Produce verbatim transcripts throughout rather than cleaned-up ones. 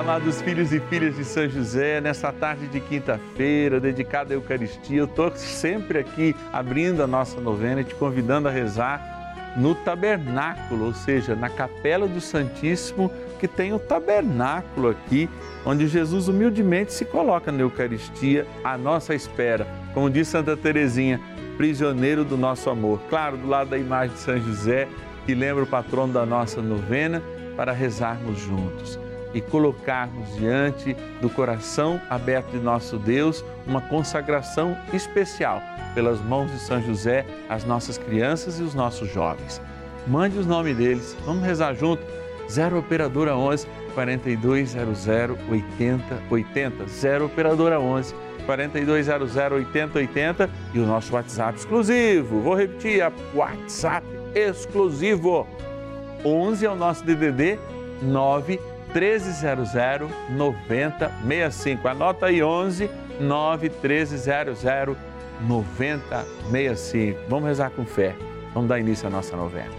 amados filhos e filhas de São José, nessa tarde de quinta-feira, dedicada à Eucaristia, eu estou sempre aqui abrindo a nossa novena e te convidando a rezar no tabernáculo, ou seja, na Capela do Santíssimo, que tem o tabernáculo aqui, onde Jesus humildemente se coloca na Eucaristia à nossa espera. Como diz Santa Teresinha, prisioneiro do nosso amor. Claro, do lado da imagem de São José, que lembra o patrono da nossa novena, para rezarmos juntos e colocarmos diante do coração aberto de nosso Deus uma consagração especial pelas mãos de São José, as nossas crianças e os nossos jovens. Mande os nomes deles, vamos rezar junto. zero Operadora onze, quarenta e dois zero zero, oitenta oitenta, zero Operadora onze, quarenta e dois zero zero, oitenta oitenta e o nosso WhatsApp exclusivo. Vou repetir, a WhatsApp exclusivo. onze é o nosso D D D nove treze zero zero, noventa sessenta e cinco. Anota aí, onze nove treze zero zero, noventa sessenta e cinco. Vamos rezar com fé. Vamos dar início à nossa novena.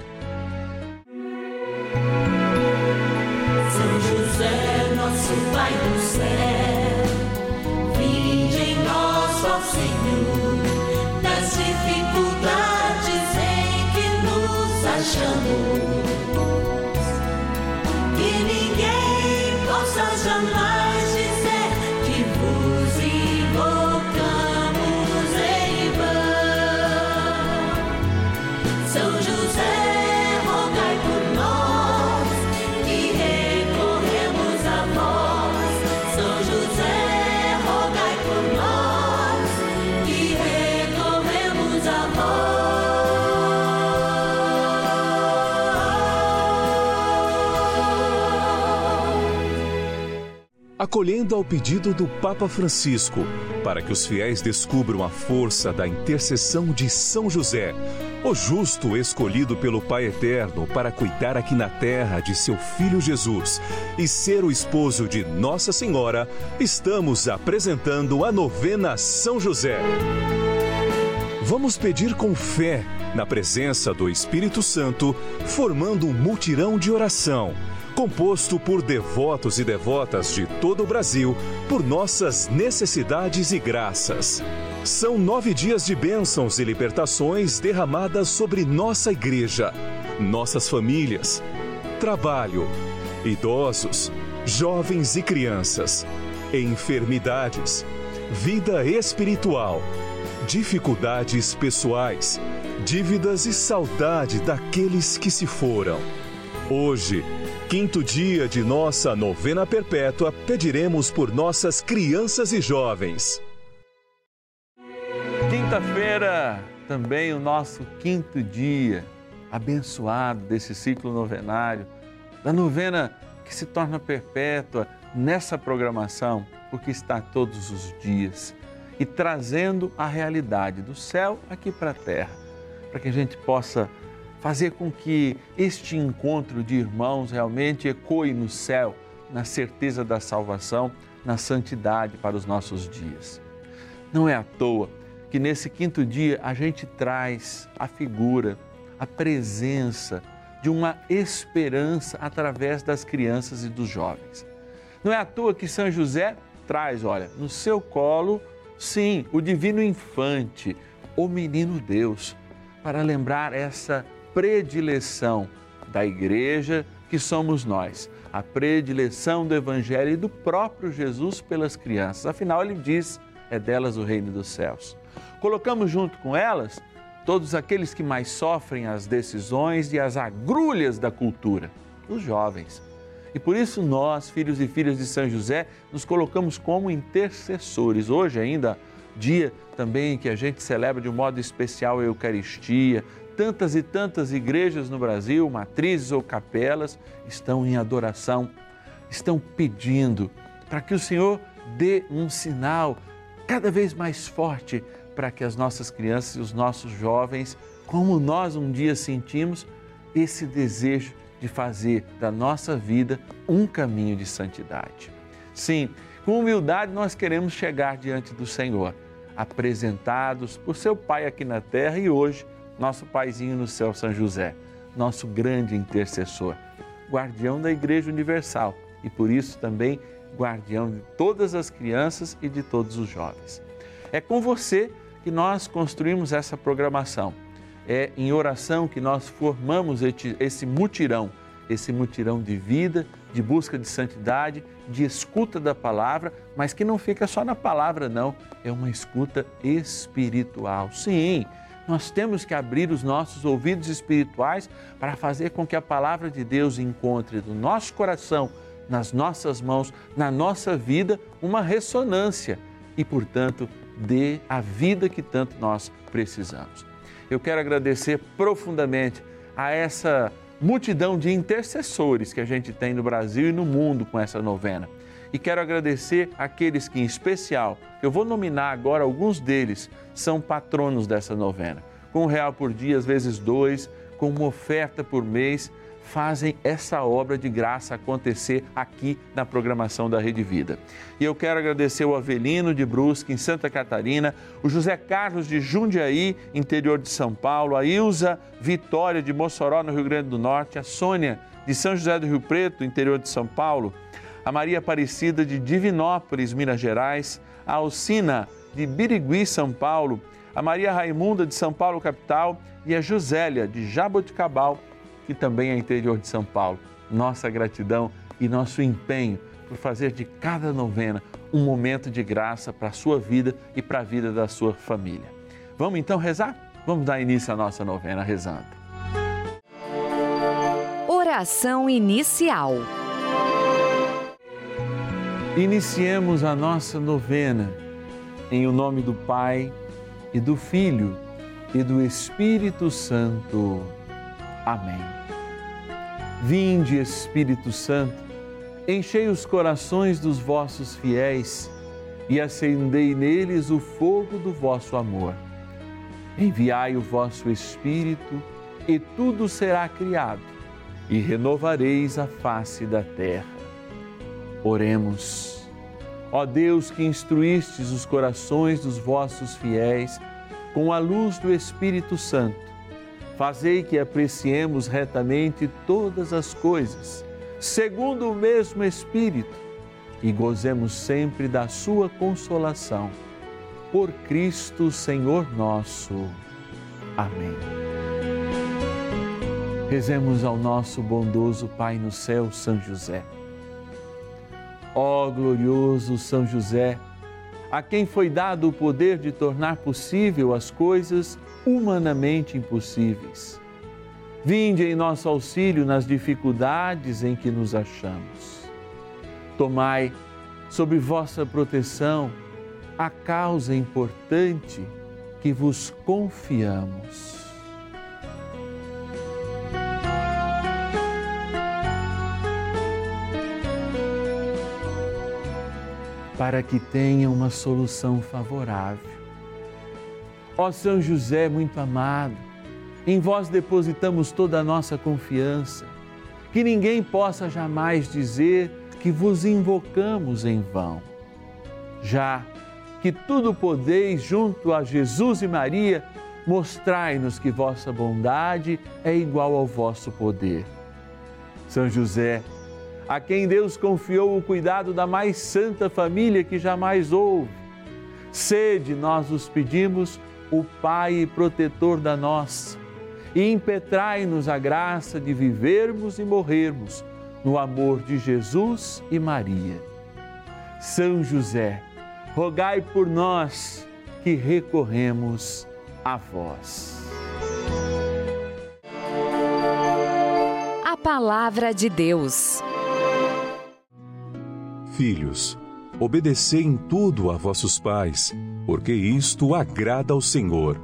São José, nosso Pai do céu, vinde em nós, ó Senhor, nas dificuldades em que nos achamos. Que ninguém possa jamais dizer que vos invocamos em vão. São José, rogai por nós, que recorremos a vós. São José, rogai por nós, que recorremos a vós. Acolhendo ao pedido do Papa Francisco, para que os fiéis descubram a força da intercessão de São José, o justo escolhido pelo Pai Eterno para cuidar aqui na terra de seu Filho Jesus e ser o esposo de Nossa Senhora, estamos apresentando a novena São José. Vamos pedir com fé, na presença do Espírito Santo, formando um mutirão de oração, composto por devotos e devotas de todo o Brasil, por nossas necessidades e graças. São nove dias de bênçãos e libertações derramadas sobre nossa igreja, nossas famílias, trabalho, idosos, jovens e crianças, enfermidades, vida espiritual, dificuldades pessoais, dívidas e saudade daqueles que se foram. Hoje, quinto dia de nossa novena perpétua, pediremos por nossas crianças e jovens. Quinta-feira, também o nosso quinto dia abençoado desse ciclo novenário, da novena que se torna perpétua nessa programação, porque está todos os dias e trazendo a realidade do céu aqui para a terra, para que a gente possa fazer com que este encontro de irmãos realmente ecoe no céu, na certeza da salvação, na santidade para os nossos dias. Não é à toa que nesse quinto dia a gente traz a figura, a presença de uma esperança através das crianças e dos jovens. Não é à toa que São José traz, olha, no seu colo, sim, o divino infante, o menino Deus, para lembrar essa predileção da igreja que somos nós, a predileção do Evangelho e do próprio Jesus pelas crianças. Afinal, ele diz, é delas o reino dos céus. Colocamos junto com elas todos aqueles que mais sofrem as decisões e as agrulhas da cultura, os jovens. E por isso nós, filhos e filhas de São José, nos colocamos como intercessores. Hoje ainda, dia também que a gente celebra de um modo especial a Eucaristia. Tantas e tantas igrejas no Brasil, matrizes ou capelas, estão em adoração, estão pedindo para que o Senhor dê um sinal cada vez mais forte para que as nossas crianças e os nossos jovens, como nós um dia sentimos, esse desejo de fazer da nossa vida um caminho de santidade. Sim, com humildade nós queremos chegar diante do Senhor, apresentados por seu Pai aqui na terra e hoje, nosso Paizinho no céu, São José, nosso grande intercessor, guardião da Igreja Universal, e por isso também guardião de todas as crianças e de todos os jovens. É com você que nós construímos essa programação. É em oração que nós formamos esse mutirão, esse mutirão de vida, de busca de santidade, de escuta da palavra, mas que não fica só na palavra, não. É uma escuta espiritual. Sim, nós temos que abrir os nossos ouvidos espirituais para fazer com que a palavra de Deus encontre no nosso coração, nas nossas mãos, na nossa vida, uma ressonância e, portanto, dê a vida que tanto nós precisamos. Eu quero agradecer profundamente a essa multidão de intercessores que a gente tem no Brasil e no mundo com essa novena. E quero agradecer aqueles que, em especial, eu vou nominar agora alguns deles, são patronos dessa novena. Com um real por dia, às vezes dois, com uma oferta por mês, fazem essa obra de graça acontecer aqui na programação da Rede Vida. E eu quero agradecer o Avelino de Brusque, em Santa Catarina, o José Carlos de Jundiaí, interior de São Paulo, a Ilza Vitória de Mossoró, no Rio Grande do Norte, a Sônia de São José do Rio Preto, interior de São Paulo, a Maria Aparecida de Divinópolis, Minas Gerais, a Alcina de Birigui, São Paulo, a Maria Raimunda de São Paulo, capital, e a Josélia de Jaboticabal, que também é interior de São Paulo. Nossa gratidão e nosso empenho por fazer de cada novena um momento de graça para a sua vida e para a vida da sua família. Vamos então rezar? Vamos dar início à nossa novena rezando. Oração inicial. Iniciemos a nossa novena em o nome do Pai e do Filho e do Espírito Santo. Amém. Vinde, Espírito Santo, enchei os corações dos vossos fiéis e acendei neles o fogo do vosso amor. Enviai o vosso Espírito e tudo será criado e renovareis a face da terra. Oremos. Ó Deus, que instruístes os corações dos vossos fiéis com a luz do Espírito Santo, fazei que apreciemos retamente todas as coisas, segundo o mesmo Espírito, e gozemos sempre da sua consolação. Por Cristo, Senhor nosso. Amém. Rezemos ao nosso bondoso Pai no céu, São José. Ó glorioso São José, a quem foi dado o poder de tornar possível as coisas humanamente impossíveis. Vinde em nosso auxílio nas dificuldades em que nos achamos. Tomai sob vossa proteção a causa importante que vos confiamos. Para que tenha uma solução favorável. Ó São José muito amado, em vós depositamos toda a nossa confiança, que ninguém possa jamais dizer que vos invocamos em vão. Já que tudo podeis junto a Jesus e Maria, mostrai-nos que vossa bondade é igual ao vosso poder. São José, a quem Deus confiou o cuidado da mais santa família que jamais houve, sede, nós os pedimos, o Pai e protetor da nossa, e impetrai-nos a graça de vivermos e morrermos no amor de Jesus e Maria. São José, rogai por nós que recorremos a vós. A Palavra de Deus. Filhos, obedecei em tudo a vossos pais, porque isto agrada ao Senhor.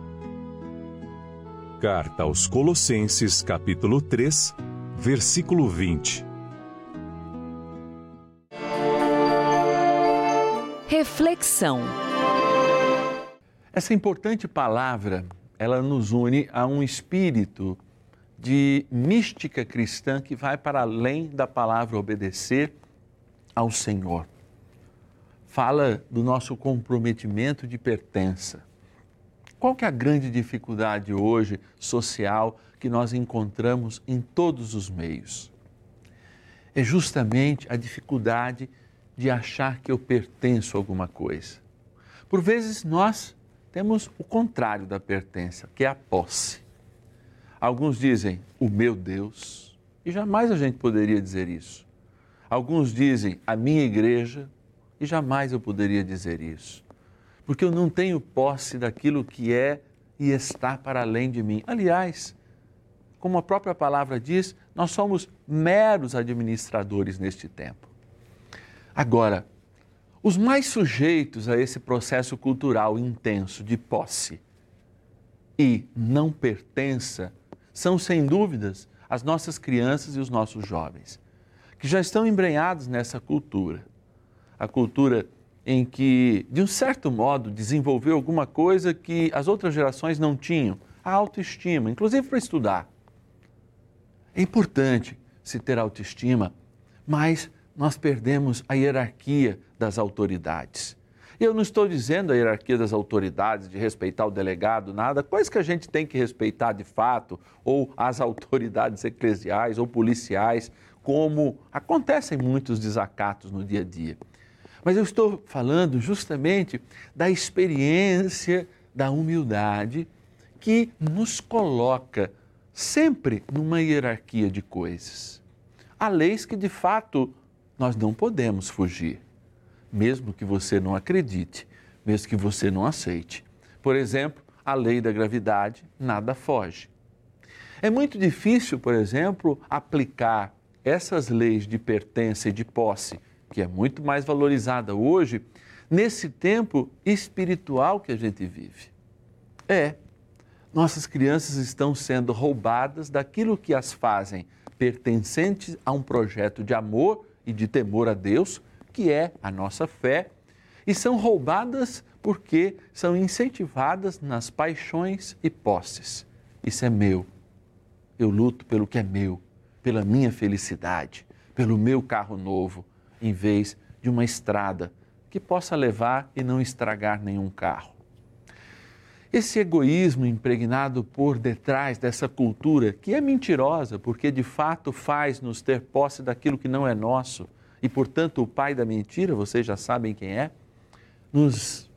Carta aos Colossenses, capítulo três, versículo vinte. Reflexão. Essa importante palavra, ela nos une a um espírito de mística cristã que vai para além da palavra obedecer ao Senhor. Fala do nosso comprometimento de pertença. Qual que é a grande dificuldade hoje social que nós encontramos em todos os meios? é justamente a dificuldade de achar que eu pertenço a alguma coisa. Por vezes nós temos o contrário da pertença, que é a posse. Alguns dizem, o meu Deus, e jamais a gente poderia dizer isso. Alguns dizem, a minha igreja, e jamais eu poderia dizer isso. Porque eu não tenho posse daquilo que é e está para além de mim. Aliás, como a própria palavra diz, nós somos meros administradores neste tempo. Agora, os mais sujeitos a esse processo cultural intenso de posse e não pertença são, sem dúvidas, as nossas crianças e os nossos jovens, que já estão embrenhados nessa cultura. A cultura em que, de um certo modo, desenvolveu alguma coisa que as outras gerações não tinham, a autoestima, inclusive para estudar. É importante se ter autoestima, mas nós perdemos a hierarquia das autoridades. Eu não estou dizendo a hierarquia das autoridades, de respeitar o delegado, nada, coisa que a gente tem que respeitar de fato, ou as autoridades eclesiais ou policiais, como acontecem muitos desacatos no dia a dia. Mas eu estou falando justamente da experiência da humildade que nos coloca sempre numa hierarquia de coisas. Há leis que de fato nós não podemos fugir, mesmo que você não acredite, mesmo que você não aceite. Por exemplo, a lei da gravidade, nada foge. É muito difícil, por exemplo, aplicar essas leis de pertença e de posse, que é muito mais valorizada hoje, nesse tempo espiritual que a gente vive. É, nossas crianças estão sendo roubadas daquilo que as fazem pertencentes a um projeto de amor e de temor a Deus, que é a nossa fé, e são roubadas porque são incentivadas nas paixões e posses. Isso é meu. Eu luto pelo que é meu, pela minha felicidade, pelo meu carro novo, em vez de uma estrada que possa levar e não estragar nenhum carro. Esse egoísmo impregnado por detrás dessa cultura, que é mentirosa, porque de fato faz-nos ter posse daquilo que não é nosso, e portanto o pai da mentira, vocês já sabem quem é, nos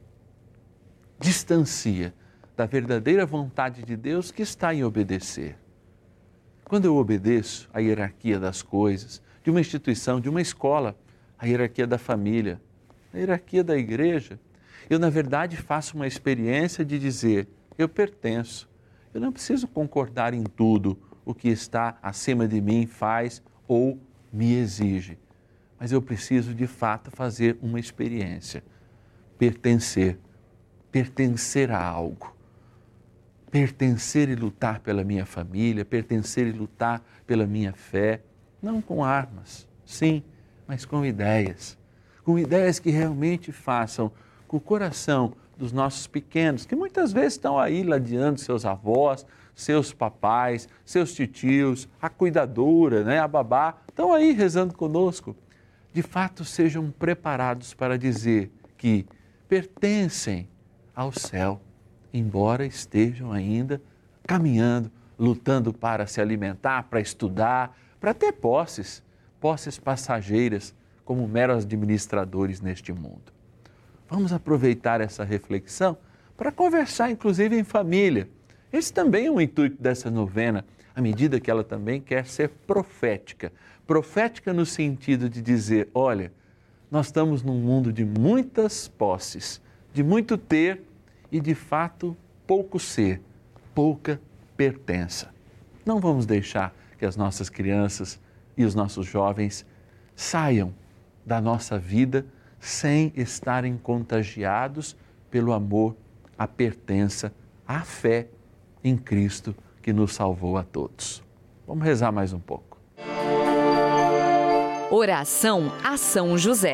distancia da verdadeira vontade de Deus que está em obedecer. Quando eu obedeço à hierarquia das coisas, de uma instituição, de uma escola, a hierarquia da família, a hierarquia da igreja, eu, na verdade, faço uma experiência de dizer, eu pertenço, eu não preciso concordar em tudo o que está acima de mim faz ou me exige, mas eu preciso, de fato, fazer uma experiência, pertencer, pertencer a algo, pertencer e lutar pela minha família, pertencer e lutar pela minha fé, não com armas, sim, mas com ideias, com ideias que realmente façam com o coração dos nossos pequenos, que muitas vezes estão aí ladeando seus avós, seus papais, seus titios, a cuidadora, né, a babá, estão aí rezando conosco. De fato, sejam preparados para dizer que pertencem ao céu, embora estejam ainda caminhando, lutando para se alimentar, para estudar, para ter posses, posses passageiras, como meros administradores neste mundo. Vamos aproveitar essa reflexão para conversar, inclusive, em família. Esse também é um intuito dessa novena, à medida que ela também quer ser profética. Profética no sentido de dizer, olha, nós estamos num mundo de muitas posses, de muito ter e, de fato, pouco ser, pouca pertença. Não vamos deixar que as nossas crianças e os nossos jovens saiam da nossa vida sem estarem contagiados pelo amor, a pertença, a fé em Cristo que nos salvou a todos. Vamos rezar mais um pouco. Oração a São José.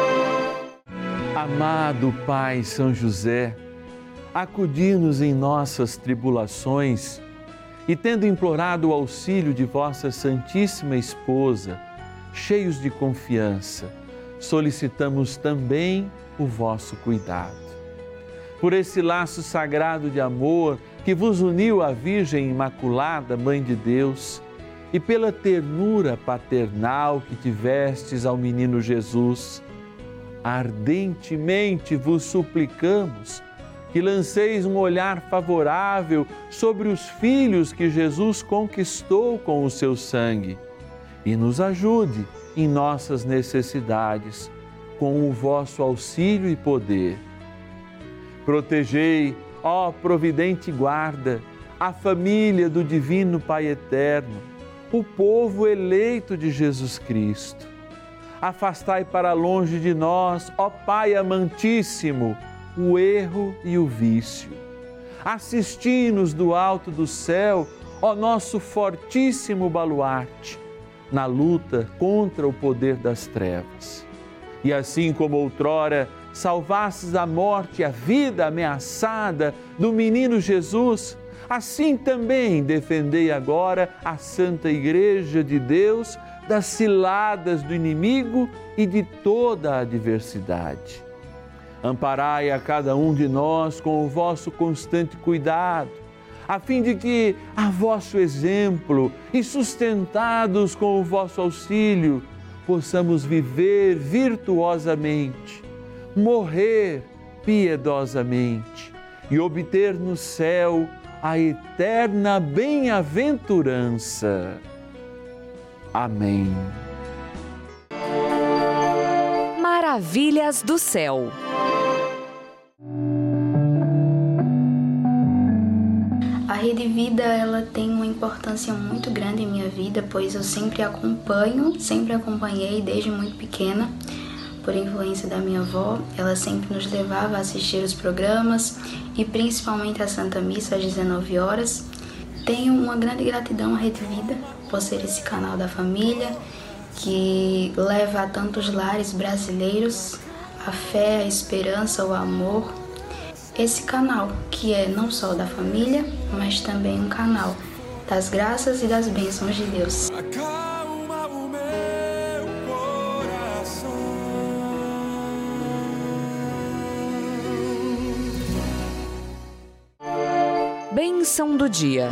Amado Pai São José, acudi-nos em nossas tribulações e, tendo implorado o auxílio de vossa Santíssima Esposa, cheios de confiança, solicitamos também o vosso cuidado. Por esse laço sagrado de amor que vos uniu à Virgem Imaculada, Mãe de Deus, e pela ternura paternal que tivestes ao menino Jesus, ardentemente vos suplicamos que lanceis um olhar favorável sobre os filhos que Jesus conquistou com o seu sangue e nos ajude em nossas necessidades com o vosso auxílio e poder. Protegei, ó providente guarda, a família do Divino Pai Eterno, o povo eleito de Jesus Cristo. Afastai para longe de nós, ó Pai amantíssimo, o erro e o vício. Assisti-nos do alto do céu, ó nosso fortíssimo baluarte, na luta contra o poder das trevas. E assim como outrora salvastes da morte a vida ameaçada do menino Jesus, assim também defendei agora a Santa Igreja de Deus das ciladas do inimigo e de toda a adversidade. Amparai a cada um de nós com o vosso constante cuidado, a fim de que, a vosso exemplo e sustentados com o vosso auxílio, possamos viver virtuosamente, morrer piedosamente e obter no céu a eterna bem-aventurança. Amém. Maravilhas do céu. A Rede Vida, ela tem uma importância muito grande em minha vida, pois eu sempre acompanho, sempre acompanhei desde muito pequena, por influência da minha avó. Ela sempre nos levava a assistir os programas e principalmente a Santa Missa às dezenove horas. Tenho uma grande gratidão à Rede Vida por ser esse canal da família que leva a tantos lares brasileiros a fé, a esperança, o amor. Esse canal que é não só da família, mas também um canal das graças e das bênçãos de Deus. Acalma o meu coração. Bênção do dia.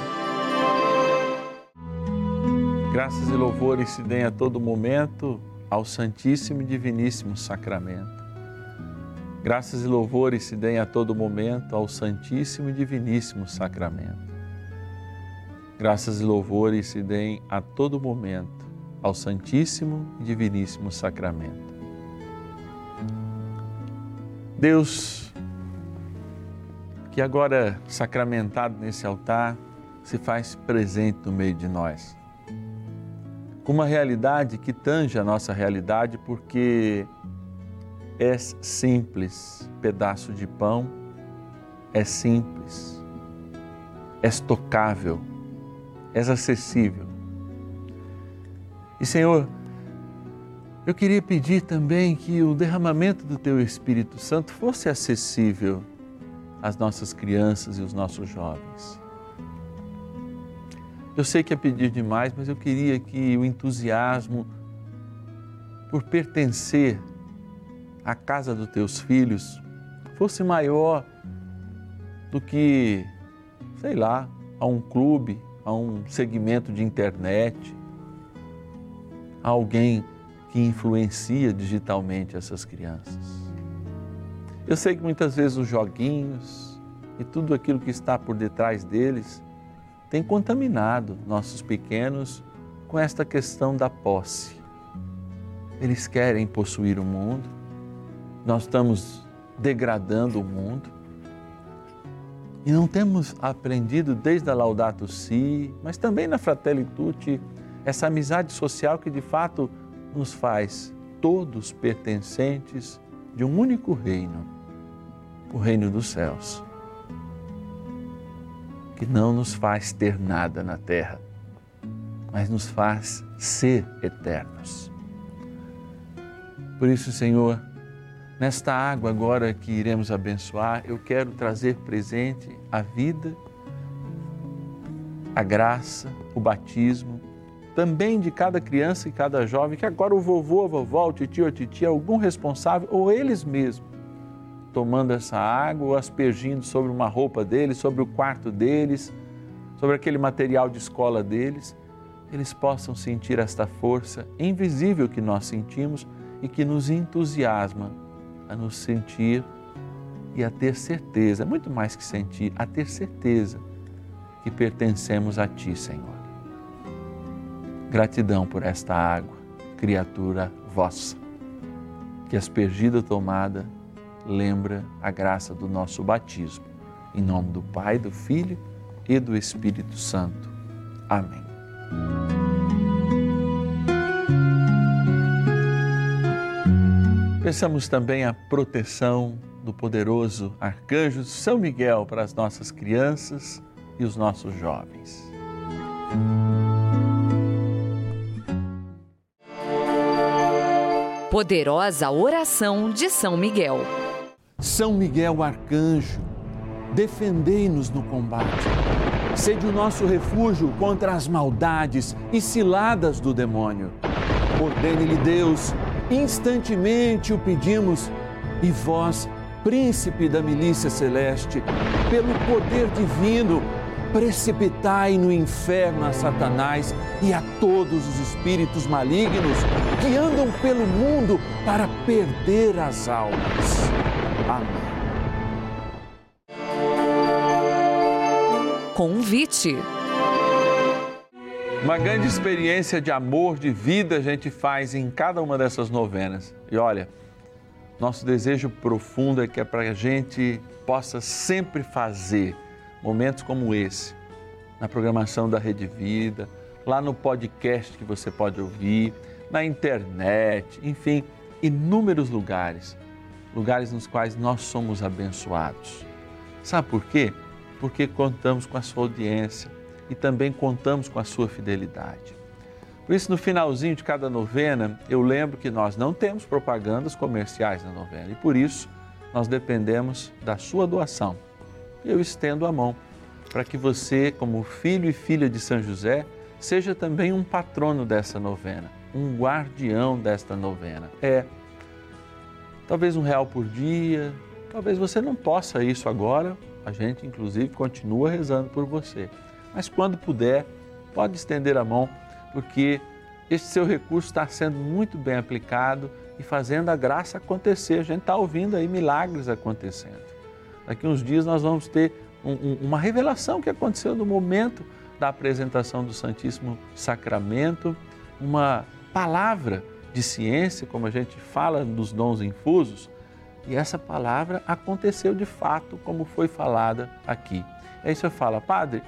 Graças e louvores se deem a todo momento ao Santíssimo e Diviníssimo Sacramento. Graças e louvores se deem a todo momento ao Santíssimo e Diviníssimo Sacramento. Graças e louvores se deem a todo momento ao Santíssimo e Diviníssimo Sacramento. Deus, que agora sacramentado nesse altar, se faz presente no meio de nós. Com uma realidade que tange a nossa realidade, porque é simples, pedaço de pão, é simples, é tocável, é acessível. E Senhor, eu queria pedir também que o derramamento do Teu Espírito Santo fosse acessível às nossas crianças e os nossos jovens. Eu sei que é pedir demais, mas eu queria que o entusiasmo por pertencer à casa dos Teus filhos fosse maior do que, sei lá, a um clube, a um segmento de internet, a alguém que influencia digitalmente essas crianças. Eu sei que muitas vezes os joguinhos e tudo aquilo que está por detrás deles tem contaminado nossos pequenos com esta questão da posse. Eles querem possuir o mundo, nós estamos degradando o mundo e não temos aprendido desde a Laudato Si, mas também na Fratelli Tutti, essa amizade social que de fato nos faz todos pertencentes de um único reino, o reino dos céus, que não nos faz ter nada na terra, mas nos faz ser eternos. Por isso, Senhor, nesta água agora que iremos abençoar, eu quero trazer presente a vida, a graça, o batismo, também de cada criança e cada jovem, que agora o vovô, a vovó, o titio, a titia, algum responsável, ou eles mesmos, tomando essa água ou aspergindo sobre uma roupa deles, sobre o quarto deles, sobre aquele material de escola deles, eles possam sentir esta força invisível que nós sentimos e que nos entusiasma a nos sentir e a ter certeza, muito mais que sentir, a ter certeza que pertencemos a Ti, Senhor. Gratidão por esta água, criatura vossa, que aspergida tomada lembra a graça do nosso batismo. Em nome do Pai, do Filho e do Espírito Santo. Amém. Peçamos também a proteção do poderoso arcanjo São Miguel para as nossas crianças e os nossos jovens. Poderosa oração de São Miguel. São Miguel arcanjo, defendei-nos no combate. Sede o nosso refúgio contra as maldades e ciladas do demônio. Ordene-lhe Deus, instantemente o pedimos, e vós, príncipe da milícia celeste, pelo poder divino, precipitai no inferno a Satanás e a todos os espíritos malignos que andam pelo mundo para perder as almas. Amém. Convite. Uma grande experiência de amor, de vida a gente faz em cada uma dessas novenas. E olha, nosso desejo profundo é que para a gente possa sempre fazer momentos como esse, na programação da Rede Vida, lá no podcast que você pode ouvir, na internet, enfim, inúmeros lugares, lugares nos quais nós somos abençoados. Sabe por quê? Porque contamos com a sua audiência e também contamos com a sua fidelidade. Por isso, no finalzinho de cada novena, eu lembro que nós não temos propagandas comerciais na novena e por isso nós dependemos da sua doação. Eu estendo a mão para que você, como filho e filha de São José, seja também um patrono dessa novena, um guardião desta novena. É, talvez um real por dia, talvez você não possa isso agora, a gente inclusive continua rezando por você. Mas quando puder, pode estender a mão, porque este seu recurso está sendo muito bem aplicado e fazendo a graça acontecer. A gente está ouvindo aí milagres acontecendo. Daqui uns dias nós vamos ter um, um, uma revelação que aconteceu no momento da apresentação do Santíssimo Sacramento, uma palavra de ciência, como a gente fala dos dons infusos, e essa palavra aconteceu de fato, como foi falada aqui. Aí você fala, padre,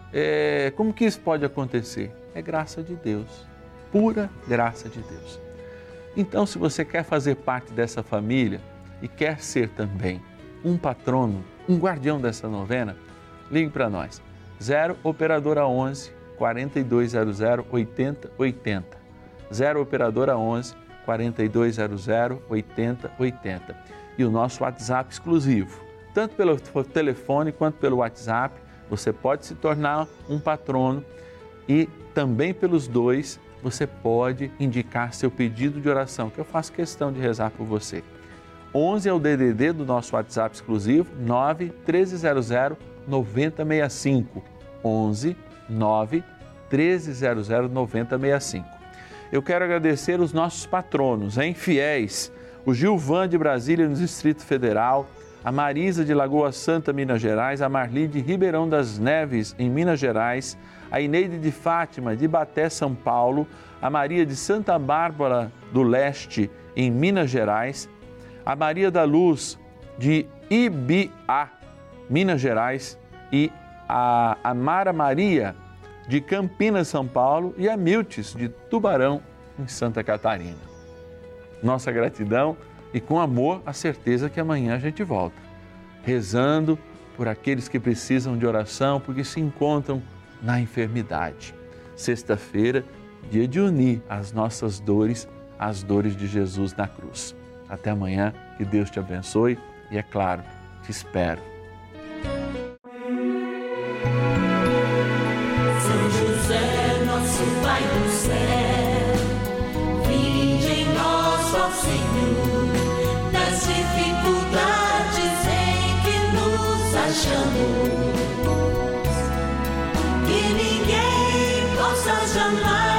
é, como que isso pode acontecer? É graça de Deus, pura graça de Deus. Então, se você quer fazer parte dessa família e quer ser também um patrono, um guardião dessa novena, ligue para nós. zero operadora onze, quarenta e dois zero zero, oitenta oitenta. zero operadora onze, quarenta e dois zero zero, oitenta oitenta. E o nosso WhatsApp exclusivo. Tanto pelo telefone quanto pelo WhatsApp, você pode se tornar um patrono e também pelos dois você pode indicar seu pedido de oração, que eu faço questão de rezar por você. onze é o D D D do nosso WhatsApp exclusivo, nove treze zero zero, noventa sessenta e cinco. onze nove treze zero zero, noventa sessenta e cinco. Eu quero agradecer os nossos patronos, hein, fiéis, o Gilvan de Brasília, no Distrito Federal, a Marisa de Lagoa Santa, Minas Gerais, a Marli de Ribeirão das Neves, em Minas Gerais, a Ineide de Fátima, de Ibaté, São Paulo, a Maria de Santa Bárbara do Leste, em Minas Gerais, a Maria da Luz, de Ibiá, Minas Gerais, e a Amara Maria, de Campinas, São Paulo, e a Miltes, de Tubarão, em Santa Catarina. Nossa gratidão e com amor a certeza que amanhã a gente volta, rezando por aqueles que precisam de oração, porque se encontram na enfermidade. Sexta-feira, dia de unir as nossas dores às dores de Jesus na cruz. Até amanhã, que Deus te abençoe e, é claro, te espero. São José, nosso Pai do céu, vinde em nós, ó Senhor, das dificuldades em que nos achamos, que ninguém possa possa jamais